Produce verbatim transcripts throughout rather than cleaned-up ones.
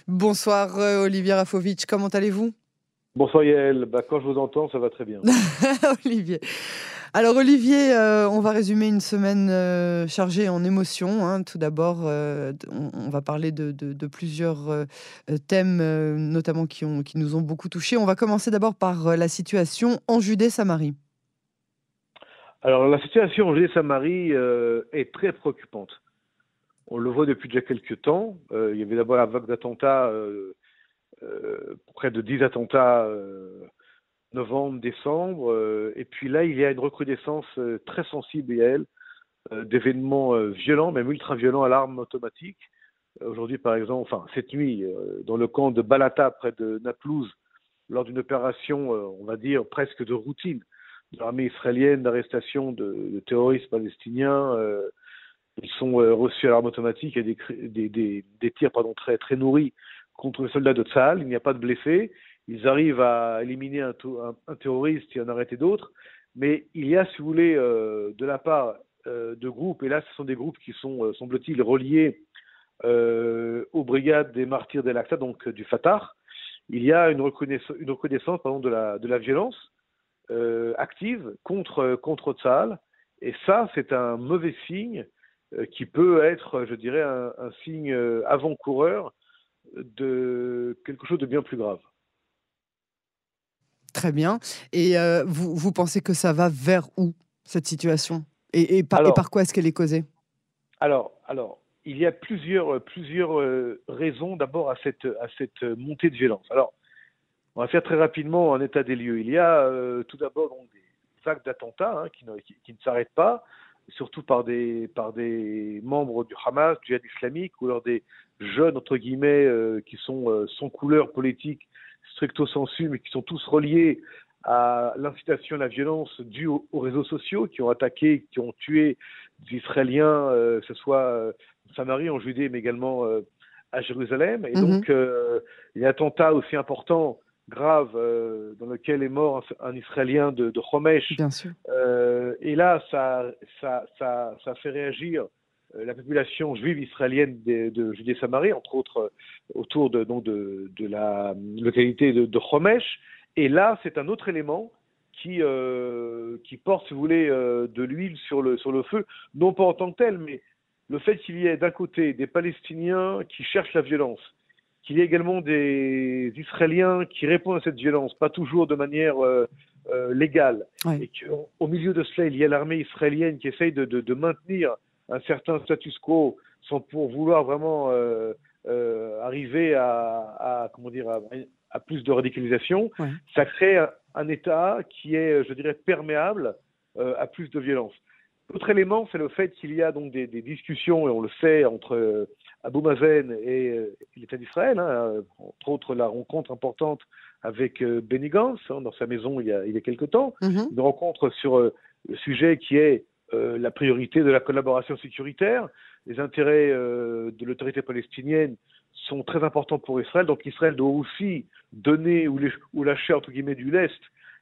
Bonsoir euh, Olivier Rafovitch, comment allez-vous? Bonsoir Yael, bah, quand je vous entends, ça va très bien. Olivier. Alors Olivier, euh, on va résumer une semaine euh, chargée en émotions, hein. Tout d'abord, euh, on, on va parler de, de- de plusieurs euh, thèmes, euh, notamment qui, ont, qui nous ont beaucoup touchés. On va commencer d'abord par euh, la situation en Judée-Samarie. Alors la situation en Judée-Samarie euh, est très préoccupante. On le voit depuis déjà quelques temps. Euh, il y avait d'abord la vague d'attentats, euh, euh, près de dix attentats euh, novembre, décembre. Euh, et puis là, il y a une recrudescence euh, très sensible, Yael, euh, d'événements euh, violents, même ultra-violents à l'arme automatique. Euh, Aujourd'hui, par exemple, enfin cette nuit, euh, dans le camp de Balata, près de Naplouse, lors d'une opération, euh, on va dire, presque de routine de l'armée israélienne d'arrestation de, de terroristes palestiniens. Euh, ils sont euh, reçus à l'arme automatique et des, des, des, des tirs pardon, très, très nourris contre les soldats de Tsahal. Il n'y a pas de blessés. Ils arrivent à éliminer un, un, un terroriste et en arrêter d'autres. Mais il y a, si vous voulez, euh, de la part euh, de groupes, et là ce sont des groupes qui sont, euh, semble-t-il, reliés euh, aux brigades des martyrs d'Al-Aqsa, donc euh, du Fatah. Il y a une reconnaissance, une reconnaissance pardon, de, la, de la violence euh, active contre, contre Tsahal. Et ça, c'est un mauvais signe euh, qui peut être, je dirais, un, un signe euh, avant-coureur de quelque chose de bien plus grave. Très bien. Et euh, vous, vous pensez que ça va vers où, cette situation? et, et, par, et Alors, par quoi est-ce qu'elle est causée? alors, alors, il y a plusieurs, plusieurs euh, raisons d'abord à cette, à cette montée de violence. Alors, on va faire très rapidement un état des lieux. Il y a euh, tout d'abord donc, des vagues d'attentats hein, qui, ne, qui, qui ne s'arrêtent pas, surtout par des, par des membres du Hamas, du djihad islamique, ou alors des jeunes, entre guillemets, euh, qui sont euh, sans couleur politique stricto sensu, mais qui sont tous reliés à l'incitation à la violence due aux, aux réseaux sociaux, qui ont attaqué, qui ont tué des Israéliens, euh, que ce soit euh, en Samarie, en Judée, mais également euh, à Jérusalem. Et Mhm. donc, euh, il y a un attentat aussi important grave euh, dans lequel est mort un, un Israélien de, de Homesh. Bien sûr. Euh, et là, ça, ça, ça, ça fait réagir euh, la population juive israélienne de, de Judée-Samarie, entre autres euh, autour de, donc de, de la localité de, de Homesh. Et là, c'est un autre élément qui, euh, qui porte, si vous voulez, euh, de l'huile sur le, sur le feu, non pas en tant que tel, mais le fait qu'il y ait d'un côté des Palestiniens qui cherchent la violence, qu'il y ait également des Israéliens qui répondent à cette violence, pas toujours de manière euh, euh, légale, Ouais. et qu'au milieu de cela, il y a l'armée israélienne qui essaye de, de, de maintenir un certain status quo sans pour vouloir vraiment euh, euh, arriver à, à, comment dire, à, à plus de radicalisation, Ouais. ça crée un, un État qui est, je dirais, perméable euh, à plus de violence. L'autre élément, c'est le fait qu'il y a donc des, des discussions, et on le sait, entre euh, Abou Mazen et euh, l'État d'Israël, hein, entre autres la rencontre importante avec euh, Benny Gantz hein, dans sa maison il y a, il y a quelque temps, Mhm. une rencontre sur euh, le sujet qui est euh, la priorité de la collaboration sécuritaire. Les intérêts euh, de l'autorité palestinienne sont très importants pour Israël, donc Israël doit aussi donner ou, les, ou lâcher entre guillemets du lest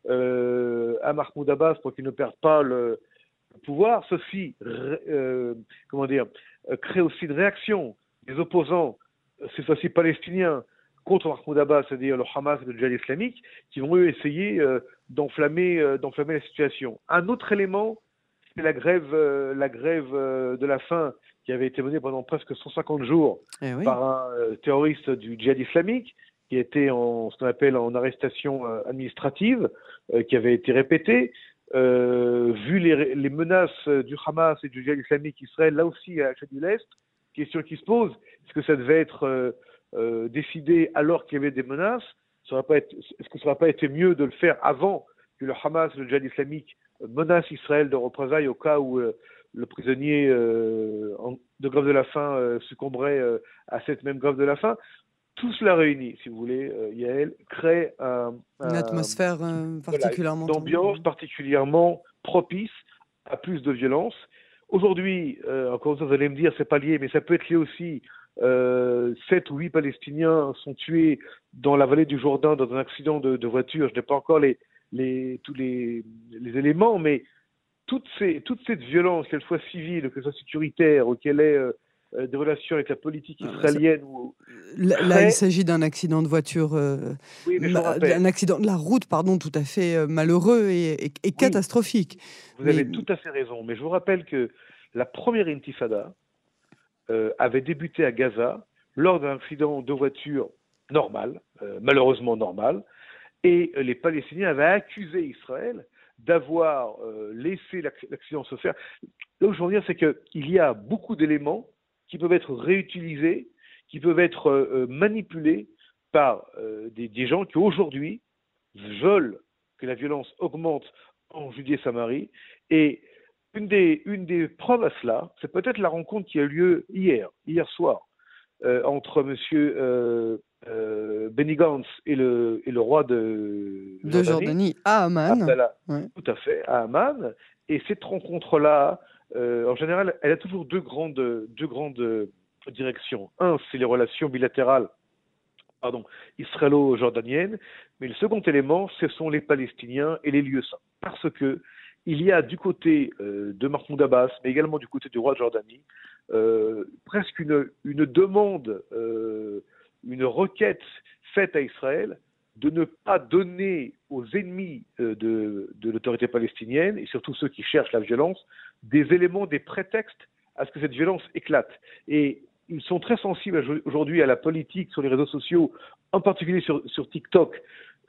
euh, à Mahmoud Abbas pour qu'il ne perde pas le pouvoir. Ceci, euh, comment dire, euh, crée aussi une réaction des opposants, euh, cette fois-ci palestiniens, contre Mahmoud Abbas, c'est-à-dire le Hamas et le djihad islamique, qui vont eux essayer euh, d'enflammer, euh, d'enflammer la situation. Un autre élément, c'est la grève, euh, la grève euh, de la faim qui avait été menée pendant presque cent cinquante jours Eh oui. par un euh, terroriste du djihad islamique, qui était en ce qu'on appelle en arrestation euh, administrative, euh, qui avait été répétée. Euh, vu les, les menaces du Hamas et du djihad islamique Israël, là aussi à l'Est, l'Est, question qui se pose, est-ce que ça devait être euh, euh, décidé alors qu'il y avait des menaces? Ça aurait pas été, est-ce que ça n'aurait pas été mieux de le faire avant que le Hamas et le djihad islamique menacent Israël de représailles au cas où euh, le prisonnier euh, en, de grève de la faim euh, succomberait euh, à cette même grève de la faim? Tout cela réuni, si vous voulez, euh, Yael, crée un, Une un, atmosphère euh, voilà, particulièrement une tendue. ambiance particulièrement propice à plus de violence. Aujourd'hui, euh, encore une fois, vous allez me dire, c'est pas lié, mais ça peut être lié aussi. Euh, sept ou huit Palestiniens sont tués dans la vallée du Jourdain dans un accident de, de voiture. Je n'ai pas encore les, les, tous les, les éléments, mais toute, ces, toute cette violence, qu'elle soit civile, qu'elle soit sécuritaire, ou qu'elle ait euh, des relations avec la politique Ah bah ça- israélienne ou, Là, là, il s'agit d'un accident de voiture, euh, Oui, mais je vous ma- rappelle. d'un accident de la route, pardon, tout à fait euh, malheureux et, et- et Oui, catastrophique. vous Mais avez tout à fait raison. Mais je vous rappelle que la première intifada euh, avait débuté à Gaza lors d'un accident de voiture normal, euh, malheureusement normal, et euh, les Palestiniens avaient accusé Israël d'avoir euh, laissé l'acc- l'accident se faire. Là où je veux en dire, c'est qu'il y a beaucoup d'éléments qui peuvent être réutilisés, qui peuvent être euh, euh, manipulés par euh, des, des gens qui aujourd'hui veulent que la violence augmente en Judée-Samarie. Et une des, une des preuves à cela, c'est peut-être la rencontre qui a eu lieu hier, hier soir, euh, entre M. Euh, euh, Benny Gantz et le, et le roi de de Jordanie, Jordanie à Amman. Abdallah, Ouais. tout à fait, à Amman. Et cette rencontre-là, euh, en général, elle a toujours deux grandes, deux grandes directions. Un, c'est les relations bilatérales, pardon, israélo-jordaniennes, mais le second élément, ce sont les Palestiniens et les lieux saints. Parce que il y a du côté euh, de Mahmoud Abbas, mais également du côté du roi de Jordanie, euh, presque une, une demande, euh, une requête faite à Israël de ne pas donner aux ennemis euh, de, de l'autorité palestinienne, et surtout ceux qui cherchent la violence, des éléments, des prétextes à ce que cette violence éclate. Et ils sont très sensibles aujourd'hui à la politique sur les réseaux sociaux, en particulier sur, sur TikTok,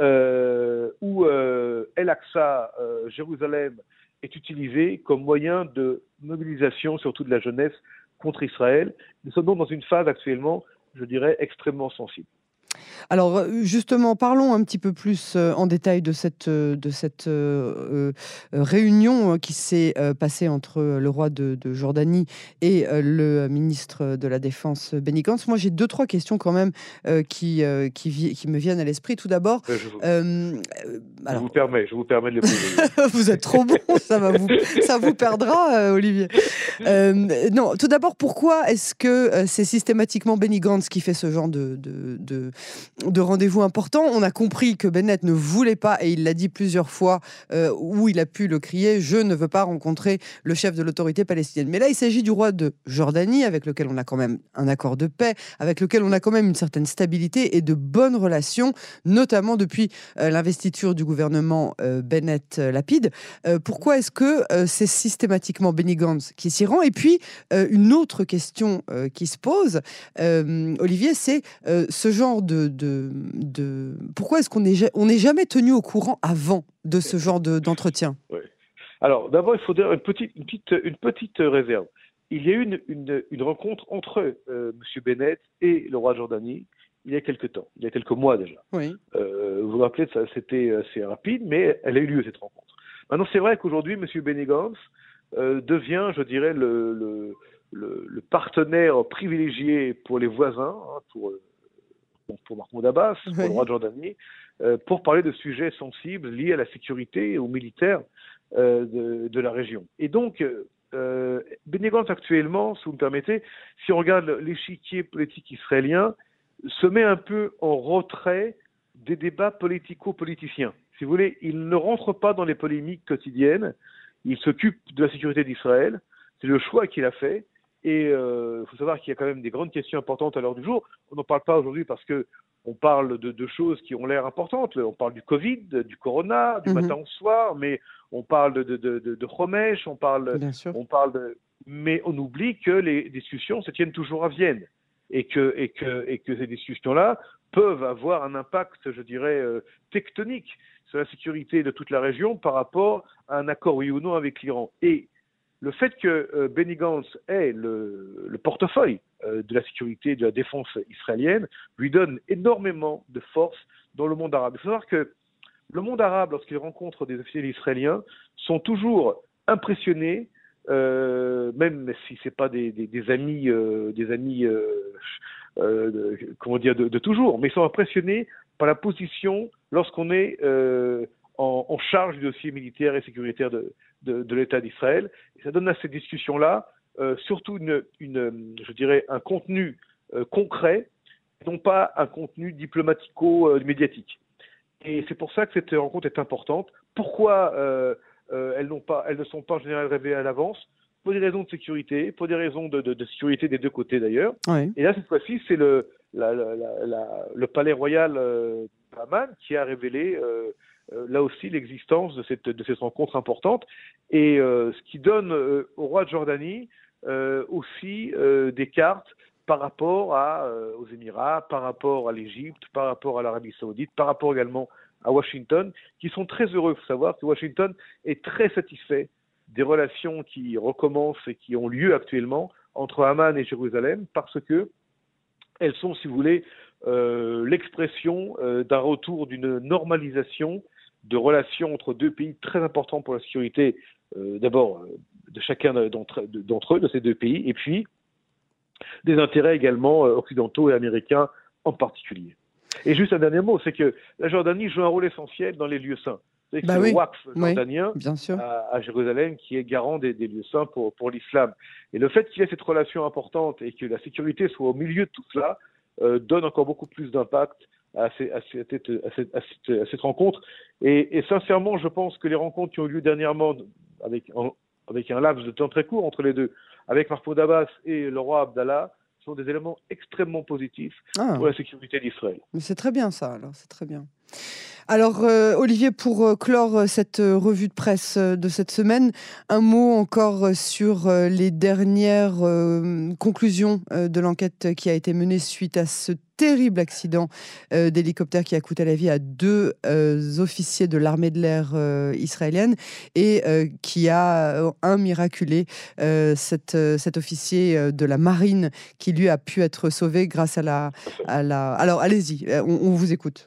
euh, où euh, El Aqsa, euh, Jérusalem, est utilisé comme moyen de mobilisation, surtout de la jeunesse, contre Israël. Nous sommes donc dans une phase actuellement, je dirais, extrêmement sensible. Alors justement, parlons un petit peu plus euh, en détail de cette, euh, de cette euh, euh, réunion euh, qui s'est euh, passée entre le roi de, de Jordanie et euh, le ministre de la Défense Benny Gantz. Moi, j'ai deux, trois questions quand même euh, qui, euh, qui, vi- qui me viennent à l'esprit. Tout d'abord, Euh, Je vous, euh, euh, je vous alors, permets, je vous permets de les poser. vous êtes trop bon, ça va vous, ça vous perdra, euh, Olivier. Euh, non, tout d'abord, pourquoi est-ce que euh, c'est systématiquement Benny Gantz qui fait ce genre de, de, de, de rendez-vous important? On a compris que Bennett ne voulait pas, et il l'a dit plusieurs fois, euh, où il a pu le crier, je ne veux pas rencontrer le chef de l'autorité palestinienne. Mais là, il s'agit du roi de Jordanie, avec lequel on a quand même un accord de paix, avec lequel on a quand même une certaine stabilité et de bonnes relations, notamment depuis euh, l'investiture du gouvernement euh, Bennett-Lapide. Euh, pourquoi est-ce que euh, c'est systématiquement Benny Gantz qui s'y rend? Et puis, euh, une autre question euh, qui se pose, euh, Olivier, c'est euh, ce genre de... de, de... Pourquoi est-ce qu'on n'est on n'est jamais tenu au courant avant de ce genre de, d'entretien? Ouais. Alors, d'abord, il faut dire une petite, une petite, une petite réserve. Il y a eu une, une, une rencontre entre euh, M. Bennett et le roi de Jordanie il y a quelques temps, il y a quelques mois déjà. Oui. Euh, vous vous rappelez, ça, c'était assez rapide, mais elle a eu lieu, cette rencontre. Maintenant, c'est vrai qu'aujourd'hui, M. Benny Gantz euh, devient, je dirais, le, le, le, le partenaire privilégié pour les voisins, hein, pour, pour Mahmoud Abbas, Oui. pour le roi de Jordanie, euh, pour parler de sujets sensibles liés à la sécurité et aux militaires euh, de, de la région. Et donc, euh, Benny Gantz actuellement, si vous me permettez, si on regarde l'échiquier politique israélien, se met un peu en retrait des débats politico-politiciens. Si vous voulez, il ne rentre pas dans les polémiques quotidiennes, il s'occupe de la sécurité d'Israël, c'est le choix qu'il a fait, et il euh, faut savoir qu'il y a quand même des grandes questions importantes à l'heure du jour. On n'en parle pas aujourd'hui parce que on parle de, de choses qui ont l'air importantes. On parle du Covid, du Corona, du mm-hmm. matin au soir, mais on parle de, de, de, de, de Homesh, on parle, Bien sûr. on parle de... Mais on oublie que les discussions se tiennent toujours à Vienne et que, et que, et que ces discussions-là peuvent avoir un impact, je dirais, euh, tectonique sur la sécurité de toute la région par rapport à un accord, oui ou non, avec l'Iran. Et le fait que euh, Benny Gantz ait le, le portefeuille euh, de la sécurité et de la défense israélienne lui donne énormément de force dans le monde arabe. Il faut savoir que le monde arabe, lorsqu'il rencontre des officiels israéliens, sont toujours impressionnés, euh, même si ce n'est pas des, des, des amis, euh, des amis euh, euh, de, comment dire, de, de toujours, mais ils sont impressionnés par la position lorsqu'on est euh, en, en charge du dossier militaire et sécuritaire de, de, de l'État d'Israël. Et ça donne à ces discussions-là euh, surtout une, une, je dirais, un contenu euh, concret, non pas un contenu diplomatico-médiatique. Et c'est pour ça que cette rencontre est importante. Pourquoi euh, euh, elles, n'ont pas, elles ne sont pas en général révélées à l'avance? Pour des raisons de sécurité, pour des raisons de, de, de sécurité des deux côtés d'ailleurs. Oui. Et là, cette fois-ci, c'est le, la, la, la, la, le palais royal euh, d'Amman, qui a révélé euh, euh, là aussi l'existence de cette, de cette rencontre importante, et euh, ce qui donne euh, au roi de Jordanie euh, aussi euh, des cartes par rapport à, euh, aux Émirats, par rapport à l'Égypte, par rapport à l'Arabie Saoudite, par rapport également à Washington, qui sont très heureux. Il faut savoir que Washington est très satisfait des relations qui recommencent et qui ont lieu actuellement entre Amman et Jérusalem, parce que elles sont, si vous voulez, euh, l'expression euh, d'un retour d'une normalisation de relations entre deux pays très importants pour la sécurité, euh, d'abord euh, de chacun d'entre, d'entre eux, de ces deux pays, et puis des intérêts également euh, occidentaux et américains en particulier. Et juste un dernier mot, c'est que la Jordanie joue un rôle essentiel dans les lieux saints. C'est Bah le oui, Waqf oui, jordanien bien sûr. à, à Jérusalem qui est garant des, des lieux saints pour, pour l'islam. Et le fait qu'il y ait cette relation importante et que la sécurité soit au milieu de tout cela euh, donne encore beaucoup plus d'impact à, ces, à, cette, à, cette, à, cette, à cette rencontre. Et, et sincèrement, je pense que les rencontres qui ont eu lieu dernièrement avec, en, avec un laps de temps très court entre les deux, avec Mahmoud Abbas et le roi Abdallah, sont des éléments extrêmement positifs Ah, pour la sécurité d'Israël. mais c'est très bien ça, alors, c'est très bien. Alors, euh, Olivier, pour euh, clore euh, cette euh, revue de presse euh, de cette semaine, un mot encore euh, sur euh, les dernières euh, conclusions euh, de l'enquête qui a été menée suite à ce terrible accident euh, d'hélicoptère qui a coûté la vie à deux euh, officiers de l'armée de l'air euh, israélienne et euh, qui a euh, un miraculé euh, cet, euh, cet officier euh, de la marine qui lui a pu être sauvé grâce à la... À la... Alors, allez-y, euh, on, on vous écoute.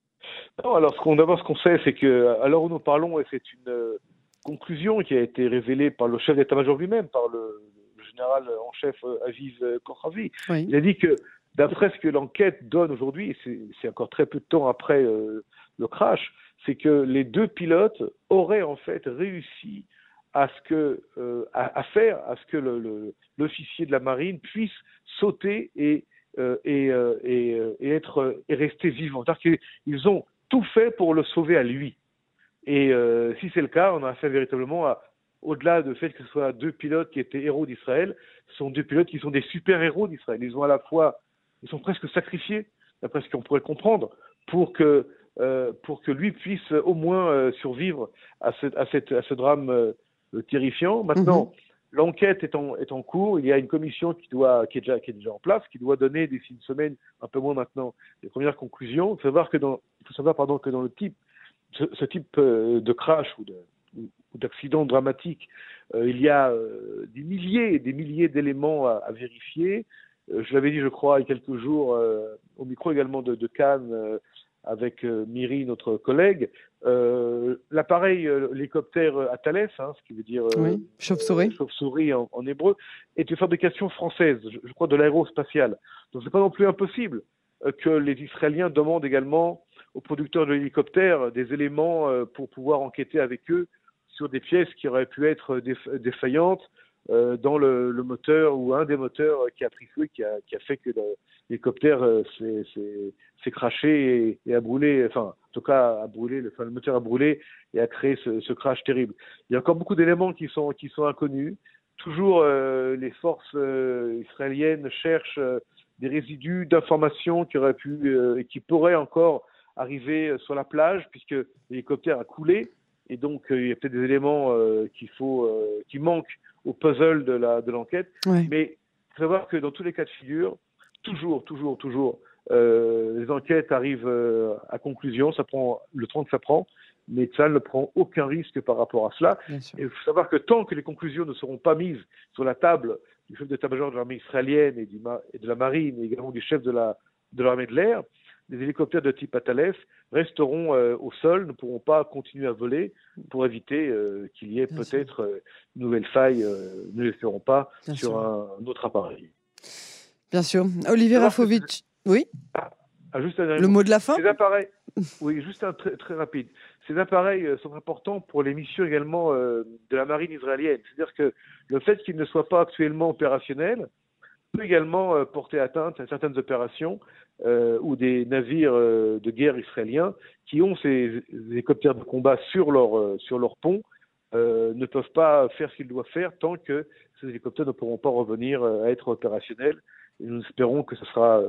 Non, alors ce qu'on, d'abord, ce qu'on sait, c'est que à l'heure où nous parlons, et c'est une euh, conclusion qui a été révélée par le chef d'état-major lui-même, par le, le général en chef euh, Aviv euh, Kochavi. Oui. Il a dit que, d'après ce que l'enquête donne aujourd'hui, et c'est, c'est encore très peu de temps après euh, le crash, c'est que les deux pilotes auraient en fait réussi à ce que, euh, à, à faire, à ce que le, le, l'officier de la marine puisse sauter et euh, et, euh, et, euh, et être et rester vivant. C'est-à-dire qu'ils ont tout fait pour le sauver à lui. Et euh, si c'est le cas, on a affaire véritablement à, au-delà du fait que ce soit deux pilotes qui étaient héros d'Israël, ce sont deux pilotes qui sont des super-héros d'Israël. Ils ont à la fois, ils sont presque sacrifiés, d'après ce qu'on pourrait comprendre, pour que, euh, pour que lui puisse au moins euh, survivre à ce, à cette, à ce drame euh, terrifiant. Maintenant, mm-hmm. L'enquête est en, est en cours. Il y a une commission qui, doit, qui, est déjà, qui est déjà en place, qui doit donner d'ici une semaine, un peu moins maintenant, les premières conclusions. Il faut savoir que dans, il faut savoir, pardon, que dans le type, ce, ce type euh, de crash ou, de, ou, ou d'accident dramatique, euh, il y a euh, des milliers et des milliers d'éléments à, à vérifier. Euh, je l'avais dit, je crois, il y a quelques jours, euh, au micro également de, de Cannes, euh, avec euh, Miri, notre collègue. Euh, l'appareil, euh, l'hélicoptère Athalès, hein, ce qui veut dire euh, oui, chauve-souris, euh, chauve-souris en, en hébreu, est une fabrication française, je, je crois de l'aérospatiale. Donc c'est pas non plus impossible euh, que les Israéliens demandent également aux producteurs de l'hélicoptère des éléments euh, pour pouvoir enquêter avec eux sur des pièces qui auraient pu être déf- défaillantes euh, dans le, le moteur ou un des moteurs qui a pris feu, qui a, qui a fait que le, l'hélicoptère euh, s'est, s'est, s'est craché et, et a brûlé, enfin, en tout cas, a brûlé, le, enfin, le moteur a brûlé et a créé ce, ce crash terrible. Il y a encore beaucoup d'éléments qui sont, qui sont inconnus. Toujours, euh, les forces euh, israéliennes cherchent euh, des résidus d'informations qui auraient pu euh, et qui pourraient encore arriver sur la plage, puisque l'hélicoptère a coulé. Et donc, euh, il y a peut-être des éléments euh, qu'il faut, euh, qui manquent au puzzle de, la, de l'enquête. Ouais. Mais il faut savoir que dans tous les cas de figure, toujours, toujours, toujours, euh, les enquêtes arrivent euh, à conclusion. Ça prend le temps que ça prend, mais ça ne prend aucun risque par rapport à cela. Et il faut savoir que tant que les conclusions ne seront pas mises sur la table du chef d'état-major de l'armée israélienne et, du ma- et de la marine, et également du chef de, la, de l'armée de l'air, les hélicoptères de type Athalès resteront euh, au sol, ne pourront pas continuer à voler pour éviter euh, qu'il y ait Bien peut-être euh, une nouvelle faille, euh, ne l'espérons pas, Bien sur un, un autre appareil. Bien sûr. Olivier Rafovitch, oui ah, ah, juste un Le mot. mot de la fin Ces appareils, oui, juste un très, très rapide. Ces appareils euh, sont importants pour les missions également euh, de la marine israélienne. C'est-à-dire que le fait qu'ils ne soient pas actuellement opérationnels peut également euh, porter atteinte à certaines opérations euh, ou des navires euh, de guerre israéliens qui ont ces, ces hélicoptères de combat sur leur, euh, sur leur pont euh, ne peuvent pas faire ce qu'ils doivent faire tant que ces hélicoptères ne pourront pas revenir euh, à être opérationnels. Et nous espérons que ce sera euh,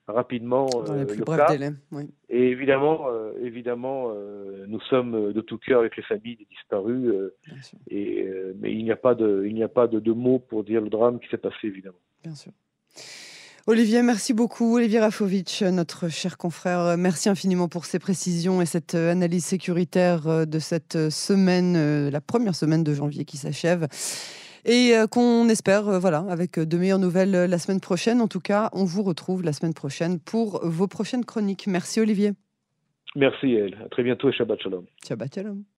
rapidement Dans les euh, plus le brefs cas. délais. Oui. Et évidemment, euh, évidemment euh, nous sommes de tout cœur avec les familles des disparus. Euh, Bien sûr. et, euh, mais il n'y a pas, de, il n'y a pas de, de mots pour dire le drame qui s'est passé, évidemment. Bien sûr. Olivier, merci beaucoup. Olivier Rafovitch, notre cher confrère, merci infiniment pour ces précisions et cette analyse sécuritaire de cette semaine, la première semaine de janvier qui s'achève. Et qu'on espère, voilà, avec de meilleures nouvelles la semaine prochaine. En tout cas, on vous retrouve la semaine prochaine pour vos prochaines chroniques. Merci Olivier. Merci, Elle. À très bientôt et Shabbat Shalom. Shabbat Shalom.